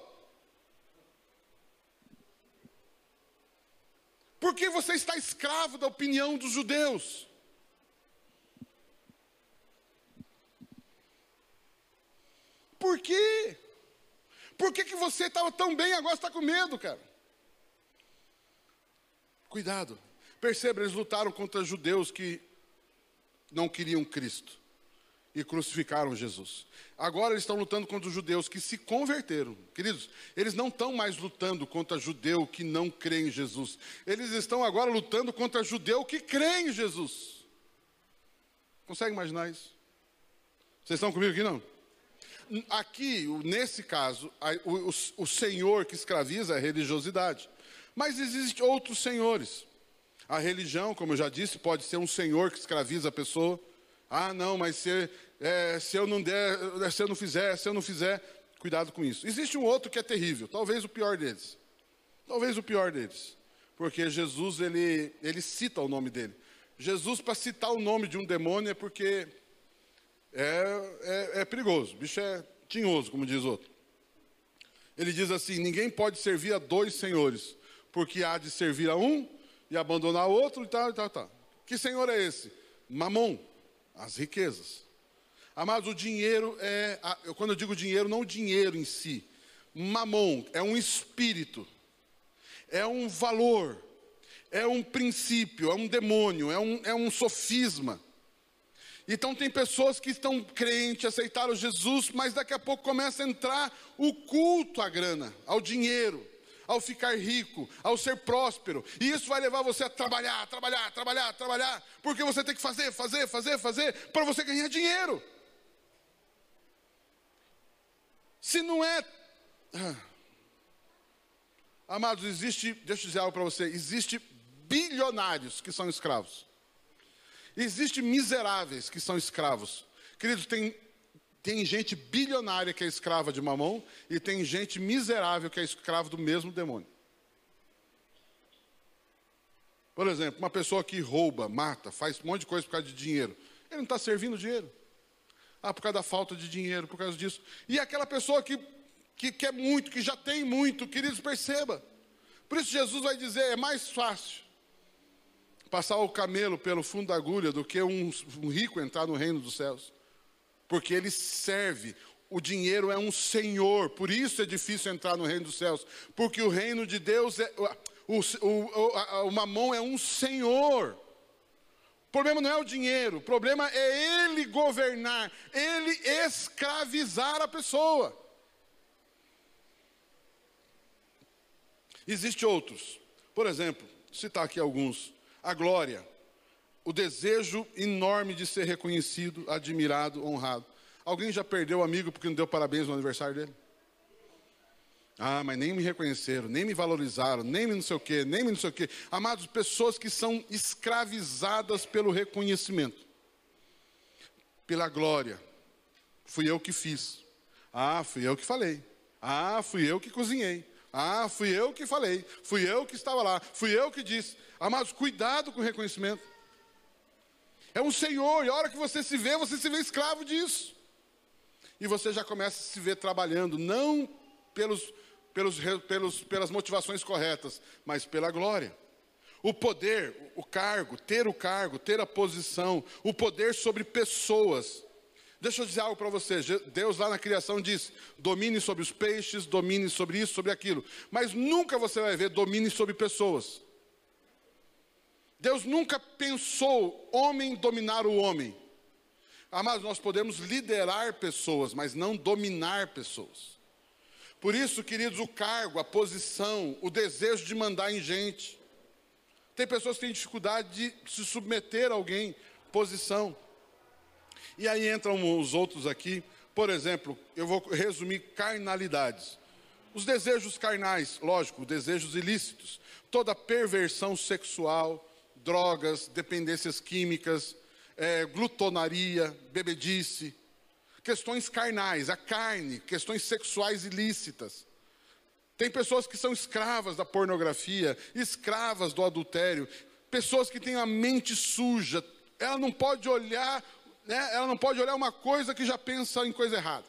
Por que você está escravo da opinião dos judeus? Por quê? Por que você estava tão bem e agora está com medo, cara? Cuidado. Perceba, eles lutaram contra judeus que não queriam Cristo. E crucificaram Jesus. Agora eles estão lutando contra os judeus que se converteram. Queridos, eles não estão mais lutando contra judeu que não crê em Jesus. Eles estão agora lutando contra judeu que crê em Jesus. Consegue imaginar isso? Vocês estão comigo aqui, não? Aqui, nesse caso, o senhor que escraviza é a religiosidade. Mas existem outros senhores. A religião, como eu já disse, pode ser um senhor que escraviza a pessoa. Ah, não, mas se eu não der, se eu não fizer, cuidado com isso. Existe um outro que é terrível, talvez o pior deles. Porque Jesus, ele cita o nome dele. Jesus, para citar o nome de um demônio, é porque é perigoso. O bicho é tinhoso, como diz outro. Ele diz assim, ninguém pode servir a dois senhores, porque há de servir a um e abandonar o outro e tal. Que senhor é esse? Mamon. As riquezas. Amados, o dinheiro quando eu digo dinheiro, não o dinheiro em si. Mamon é um espírito, é um valor, é um princípio, é um demônio, é um sofisma. Então tem pessoas que estão crentes, aceitaram Jesus, mas daqui a pouco começa a entrar o culto à grana, ao dinheiro, ao ficar rico, ao ser próspero. E isso vai levar você a trabalhar, porque você tem que fazer, para você ganhar dinheiro. Se não é... Amados, deixa eu dizer algo para você, existe bilionários que são escravos. Existe miseráveis que são escravos. Queridos, tem gente bilionária que é escrava de Mamon e tem gente miserável que é escravo do mesmo demônio. Por exemplo, uma pessoa que rouba, mata, faz um monte de coisa por causa de dinheiro. Ele não está servindo dinheiro. Por causa da falta de dinheiro, por causa disso. E aquela pessoa que quer muito, que já tem muito, queridos, perceba. Por isso Jesus vai dizer, é mais fácil passar o camelo pelo fundo da agulha do que um rico entrar no reino dos céus. Porque ele serve. O dinheiro é um senhor, por isso é difícil entrar no reino dos céus. Porque o reino de Deus, o mamão é um senhor. O problema não é o dinheiro, o problema é ele governar, ele escravizar a pessoa. Existem outros. Por exemplo, citar aqui alguns. A glória, o desejo enorme de ser reconhecido, admirado, honrado. Alguém já perdeu o amigo porque não deu parabéns no aniversário dele? Ah, mas nem me reconheceram, nem me valorizaram, nem me não sei o quê, nem me não sei o quê. Amados, pessoas que são escravizadas pelo reconhecimento, pela glória. Fui eu que fiz. Ah, fui eu que falei. Ah, fui eu que cozinhei. Ah, fui eu que falei. Fui eu que estava lá. Fui eu que disse. Amados, cuidado com o reconhecimento. É um senhor, e a hora que você se vê escravo disso. E você já começa a se ver trabalhando, não pelas motivações corretas, mas pela glória. O poder, o cargo, ter a posição, o poder sobre pessoas. Deixa eu dizer algo para você. Deus lá na criação diz, domine sobre os peixes, domine sobre isso, sobre aquilo. Mas nunca você vai ver domine sobre pessoas. Deus nunca pensou homem dominar o homem. Amados, nós podemos liderar pessoas, mas não dominar pessoas. Por isso, queridos, o cargo, a posição, o desejo de mandar em gente. Tem pessoas que têm dificuldade de se submeter a alguém, posição. E aí entram os outros aqui. Por exemplo, eu vou resumir carnalidades. Os desejos carnais, lógico, desejos ilícitos. Toda perversão sexual, drogas, dependências químicas, glutonaria, bebedice, questões carnais, a carne, questões sexuais ilícitas. Tem pessoas que são escravas da pornografia, escravas do adultério, pessoas que têm a mente suja. Ela não pode olhar, né? Ela não pode olhar uma coisa que já pensa em coisa errada.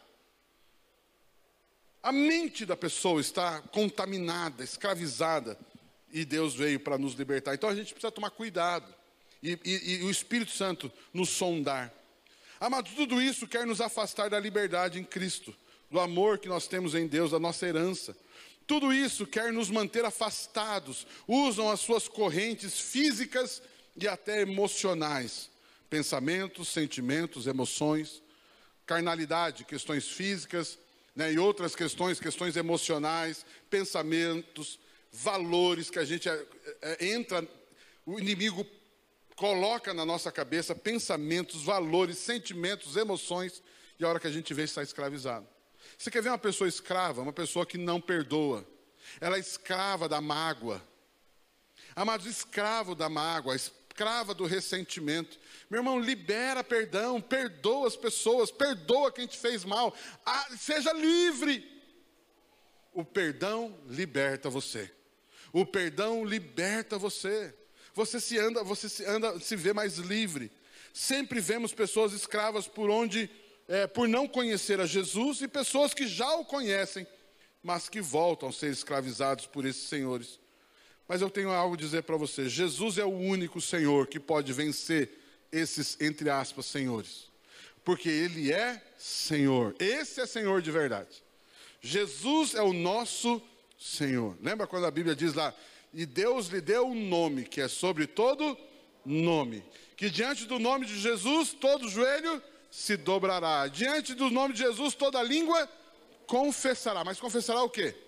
A mente da pessoa está contaminada, escravizada. E Deus veio para nos libertar. Então a gente precisa tomar cuidado. E o Espírito Santo nos sondar. Amados, tudo isso quer nos afastar da liberdade em Cristo. Do amor que nós temos em Deus, da nossa herança. Tudo isso quer nos manter afastados. Usam as suas correntes físicas e até emocionais. Pensamentos, sentimentos, emoções. Carnalidade, questões físicas, né, e outras questões emocionais, pensamentos, valores que a gente entra, o inimigo coloca na nossa cabeça pensamentos, valores, sentimentos, emoções, e a hora que a gente vê está escravizado. Você quer ver uma pessoa escrava? Uma pessoa que não perdoa. Ela é escrava da mágoa. Amados, escravo da mágoa, escrava do ressentimento. Meu irmão, libera perdão, perdoa as pessoas, perdoa quem te fez mal. Seja livre. O perdão liberta você. O perdão liberta você. Você se vê mais livre. Sempre vemos pessoas escravas por não conhecer a Jesus e pessoas que já o conhecem, mas que voltam a ser escravizados por esses senhores. Mas eu tenho algo a dizer para você. Jesus é o único Senhor que pode vencer esses, entre aspas, senhores. Porque Ele é Senhor. Esse é Senhor de verdade. Jesus é o nosso Senhor. Lembra quando a Bíblia diz lá, e Deus lhe deu um nome, que é sobre todo nome. Que diante do nome de Jesus, todo joelho se dobrará. Diante do nome de Jesus, toda língua confessará. Mas confessará o quê?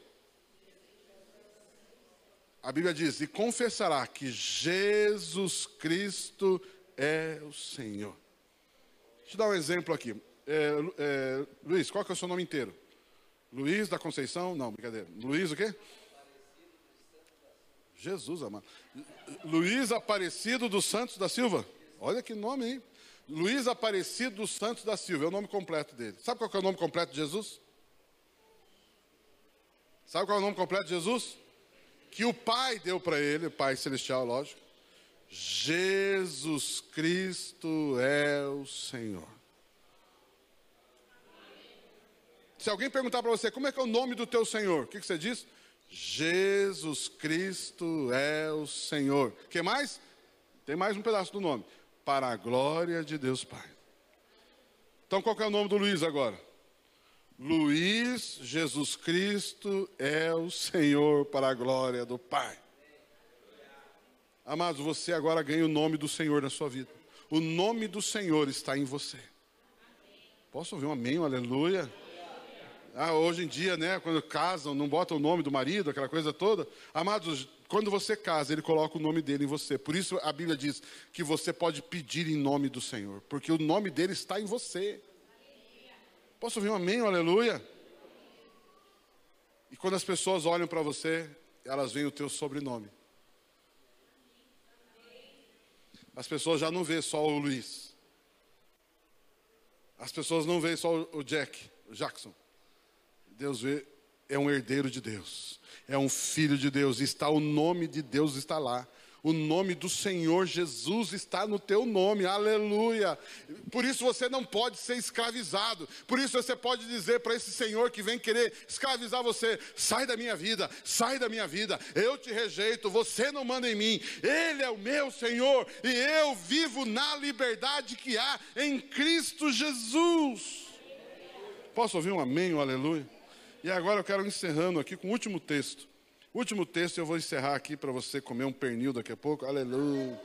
A Bíblia diz, e confessará que Jesus Cristo é o Senhor. Deixa eu dar um exemplo aqui. Luiz, qual que é o seu nome inteiro? Luiz da Conceição? Não, brincadeira. Luiz o quê? Jesus amado. Luiz Aparecido dos Santos da Silva. Olha que nome, hein? Luiz Aparecido dos Santos da Silva. É o nome completo dele. Sabe qual que é o nome completo de Jesus? Sabe qual é o nome completo de Jesus? Que o Pai deu para ele, o Pai Celestial, lógico. Jesus Cristo é o Senhor. Se alguém perguntar para você, como é que é o nome do teu Senhor? O que você diz? Jesus Cristo é o Senhor. O que mais? Tem mais um pedaço do nome. Para a glória de Deus Pai. Então qual que é o nome do Luiz agora? Luiz Jesus Cristo é o Senhor para a glória do Pai. Amados, você agora ganha o nome do Senhor na sua vida. O nome do Senhor está em você. Posso ouvir um amém, um aleluia? Hoje em dia, né, quando casam, não botam o nome do marido, aquela coisa toda. Amados, quando você casa, ele coloca o nome dele em você. Por isso a Bíblia diz que você pode pedir em nome do Senhor, porque o nome dele está em você. Posso ouvir um amém, um aleluia? E quando as pessoas olham para você, elas veem o teu sobrenome. As pessoas já não veem só o Luiz. As pessoas não veem só o Jackson. Deus vê, é um herdeiro de Deus. É um filho de Deus. O nome de Deus está lá. O nome do Senhor Jesus está no teu nome, aleluia. Por isso você não pode ser escravizado. Por isso você pode dizer para esse Senhor que vem querer escravizar você: sai da minha vida, eu te rejeito, você não manda em mim. Ele é o meu Senhor e eu vivo na liberdade que há em Cristo Jesus. Posso ouvir um amém, um aleluia? E agora eu quero encerrando aqui com o último texto. O último texto eu vou encerrar aqui para você comer um pernil daqui a pouco. Aleluia.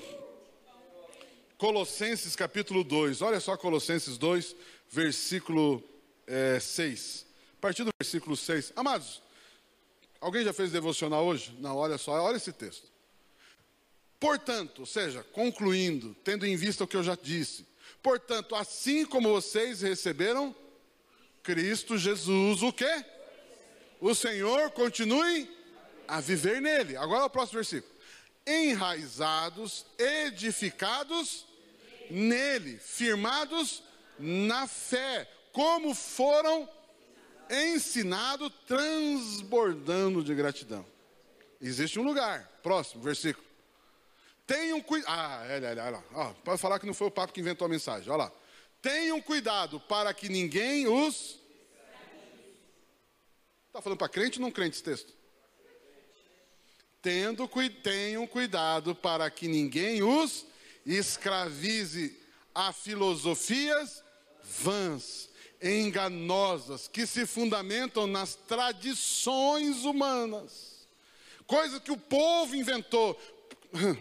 Colossenses capítulo 2. Olha só Colossenses 2, versículo 6. A partir do versículo 6. Amados, alguém já fez devocional hoje? Não, olha só, olha esse texto. Portanto, ou seja, concluindo, tendo em vista o que eu já disse. Portanto, assim como vocês receberam Cristo Jesus, o quê? O Senhor, continue a viver nele. Agora o próximo versículo. Enraizados, edificados nele, firmados na fé, como foram ensinados, transbordando de gratidão. Existe um lugar. Próximo versículo. Tenham cuidado. Olha lá. Pode falar que não foi o papo que inventou a mensagem. Olha lá. Tenham cuidado para que ninguém os... Está falando para crente ou não crente esse texto? Tenham cuidado para que ninguém os escravize a filosofias vãs, enganosas, que se fundamentam nas tradições humanas. Coisa que o povo inventou. Vou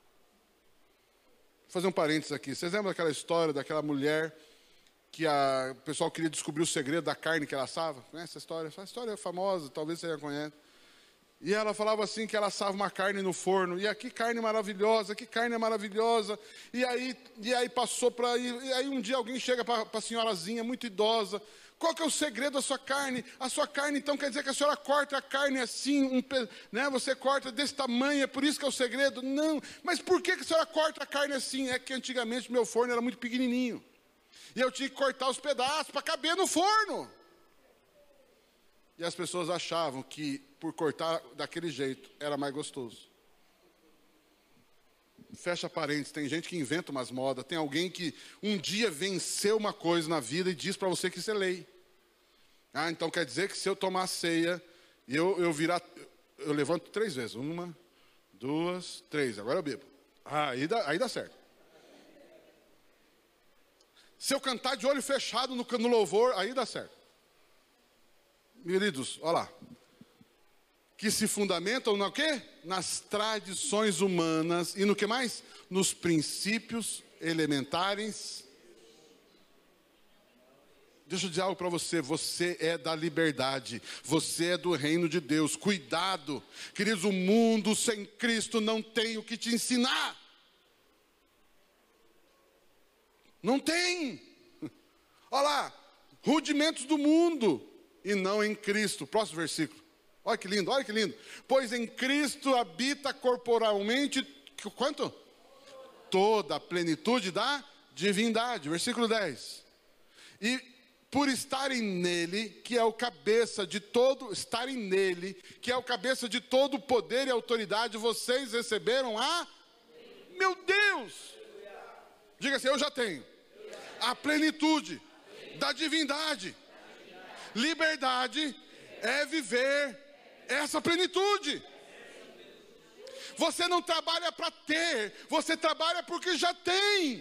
fazer um parênteses aqui. Vocês lembram daquela história daquela mulher que o pessoal queria descobrir o segredo da carne que ela assava? Conhece essa história? Essa história é famosa, talvez você já conheça. E ela falava assim que ela assava uma carne no forno. E que carne maravilhosa, que carne maravilhosa. E aí passou para... E aí um dia alguém chega para a senhorazinha muito idosa. Qual que é o segredo da sua carne? A sua carne então quer dizer que a senhora corta a carne assim, né? Você corta desse tamanho, é por isso que é o segredo? Não, mas por que a senhora corta a carne assim? É que antigamente meu forno era muito pequenininho. E eu tinha que cortar os pedaços para caber no forno. E as pessoas achavam que por cortar daquele jeito era mais gostoso. Fecha parênteses, tem gente que inventa umas modas. Tem alguém que um dia venceu uma coisa na vida e diz para você que isso é lei. Então quer dizer que se eu tomar a ceia e eu levanto 3 vezes. 1, 2, 3. Agora eu bebo. Aí dá certo. Se eu cantar de olho fechado no louvor, aí dá certo. Queridos, olha lá. Que se fundamentam no quê? Nas tradições humanas. E no que mais? Nos princípios elementares. Deixa eu dizer algo para você. Você é da liberdade. Você é do reino de Deus. Cuidado. Queridos, o mundo sem Cristo não tem o que te ensinar. Não tem. Olha lá. Rudimentos do mundo. E não em Cristo. Próximo versículo. Olha que lindo, olha que lindo. Pois em Cristo habita corporalmente, quanto? Toda a plenitude da divindade. Versículo 10. E por estarem nele, que é o cabeça de todo, estarem nele, que é o cabeça de todo poder e autoridade, vocês receberam a... Meu Deus! Diga assim, eu já tenho. A plenitude da divindade. Liberdade é viver essa plenitude. Você não trabalha para ter, você trabalha porque já tem.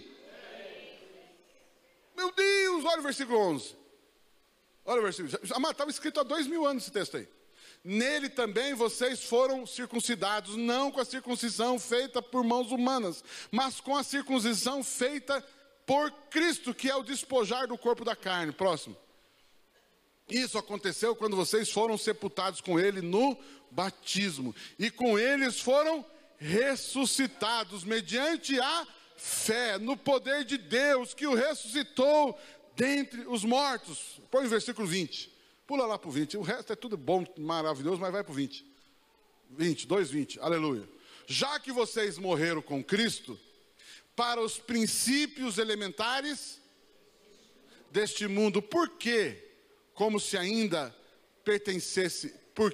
Meu Deus, olha o versículo 11. Olha o versículo. Estava escrito há 2000 anos esse texto aí. Nele também vocês foram circuncidados, não com a circuncisão feita por mãos humanas, mas com a circuncisão feita por Cristo, que é o despojar do corpo da carne. Próximo. Isso aconteceu quando vocês foram sepultados com ele no batismo. E com eles foram ressuscitados mediante a fé no poder de Deus que o ressuscitou dentre os mortos. Põe o versículo 20. Pula lá para o 20. O resto é tudo bom, maravilhoso, mas vai para o 20. 20. Aleluia. Já que vocês morreram com Cristo para os princípios elementares deste mundo, por quê? Como se ainda pertencesse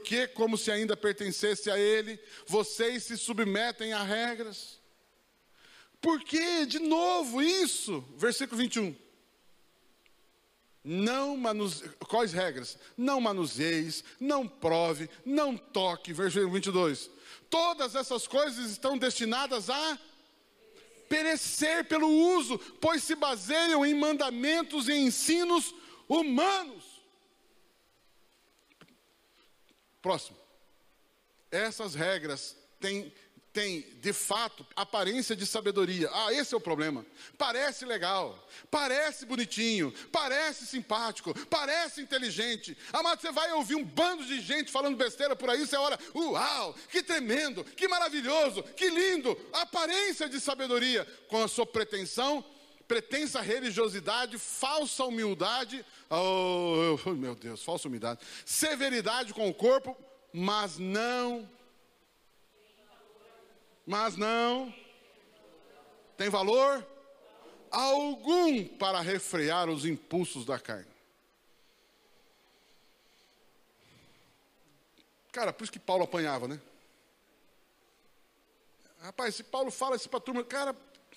a ele, vocês se submetem a regras. Por quê? De novo isso. Versículo 21. Quais regras? Não manuseis, não prove, não toque. Versículo 22. Todas essas coisas estão destinadas a perecer pelo uso, pois se baseiam em mandamentos e ensinos humanos. Próximo. Essas regras têm, de fato, aparência de sabedoria. Esse é o problema. Parece legal, parece bonitinho, parece simpático, parece inteligente. Amado, você vai ouvir um bando de gente falando besteira por aí, você olha, uau, que tremendo, que maravilhoso, que lindo. Aparência de sabedoria, com a sua pretensa religiosidade, falsa humildade, meu Deus, falsa humildade, severidade com o corpo, mas não tem valor algum para refrear os impulsos da carne. Cara, por isso que Paulo apanhava, né? Rapaz, se Paulo fala isso para a turma, cara,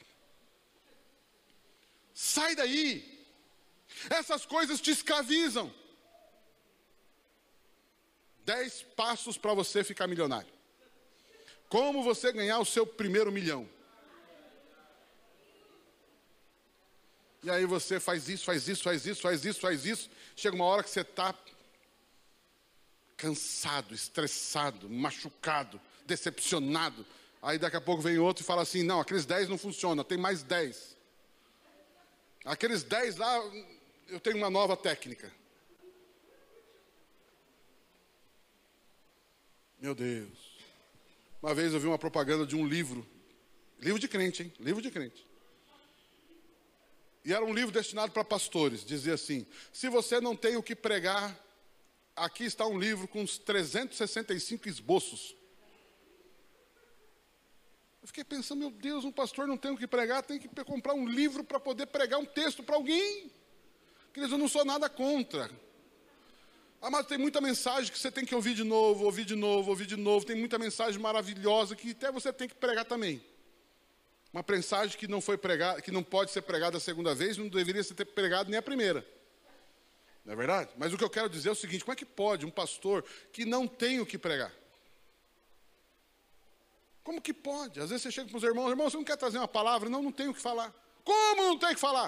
sai daí. Essas coisas te escravizam. 10 passos para você ficar milionário. Como você ganhar o seu primeiro milhão. E aí você faz isso. Chega uma hora que você está cansado, estressado, machucado, decepcionado. Aí daqui a pouco vem outro e fala assim, não, aqueles 10 não funcionam, tem mais 10. Aqueles 10 lá, eu tenho uma nova técnica. Meu Deus. Uma vez eu vi uma propaganda de um livro de crente, hein? Livro de crente. E era um livro destinado para pastores. Dizia assim, se você não tem o que pregar, aqui está um livro com uns 365 esboços. Eu fiquei pensando, meu Deus, um pastor não tem o que pregar, tem que comprar um livro para poder pregar um texto para alguém. Queridos, eu não sou nada contra. Mas tem muita mensagem que você tem que ouvir de novo. Tem muita mensagem maravilhosa que até você tem que pregar também. Uma mensagem que não foi pregada, que não pode ser pregada a segunda vez, não deveria ser pregado nem a primeira. Não é verdade? Mas o que eu quero dizer é o seguinte, como é que pode um pastor que não tem o que pregar? Como que pode? Às vezes você chega para os irmãos, você não quer trazer uma palavra? Não tenho o que falar. Como não tem o que falar?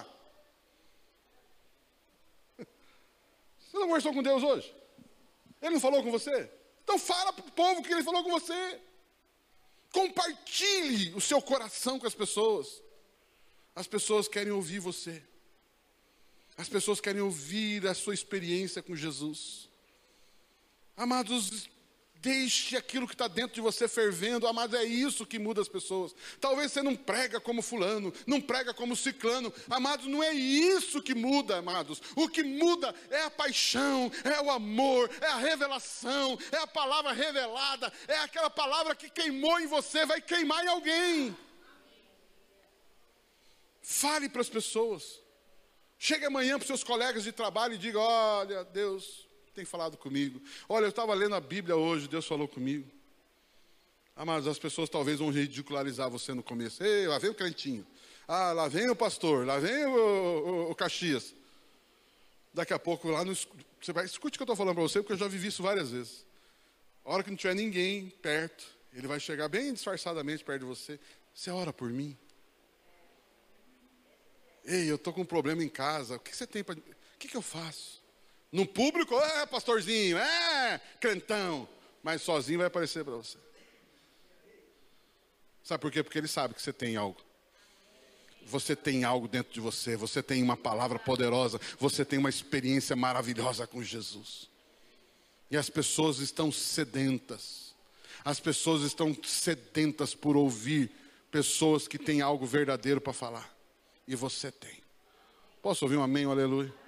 Você não conversou com Deus hoje? Ele não falou com você? Então fala para o povo que ele falou com você. Compartilhe o seu coração com as pessoas. As pessoas querem ouvir você. As pessoas querem ouvir a sua experiência com Jesus. Amados, deixe aquilo que está dentro de você fervendo. Amados, é isso que muda as pessoas. Talvez você não prega como fulano, não prega como ciclano. Amados, não é isso que muda, amados. O que muda é a paixão, é o amor, é a revelação, é a palavra revelada, é aquela palavra que queimou em você, vai queimar em alguém. Fale para as pessoas. Chegue amanhã para os seus colegas de trabalho e diga, olha, Deus tem falado comigo. Olha, eu estava lendo a Bíblia hoje, Deus falou comigo. Mas as pessoas talvez vão ridicularizar você no começo. Ei, lá vem o crentinho. Lá vem o pastor, lá vem o Caxias. Daqui a pouco, você vai, escute o que eu estou falando para você, porque eu já vivi isso várias vezes. A hora que não tiver ninguém perto, Ele vai chegar bem disfarçadamente perto de você. Você ora por mim? Ei, eu estou com um problema em casa. O que você tem para... O que eu faço? No público, pastorzinho, crentão. Mas sozinho vai aparecer para você. Sabe por quê? Porque ele sabe que você tem algo. Você tem algo dentro de você. Você tem uma palavra poderosa. Você tem uma experiência maravilhosa com Jesus. E as pessoas estão sedentas. As pessoas estão sedentas por ouvir pessoas que têm algo verdadeiro para falar. E você tem. Posso ouvir um amém, um aleluia?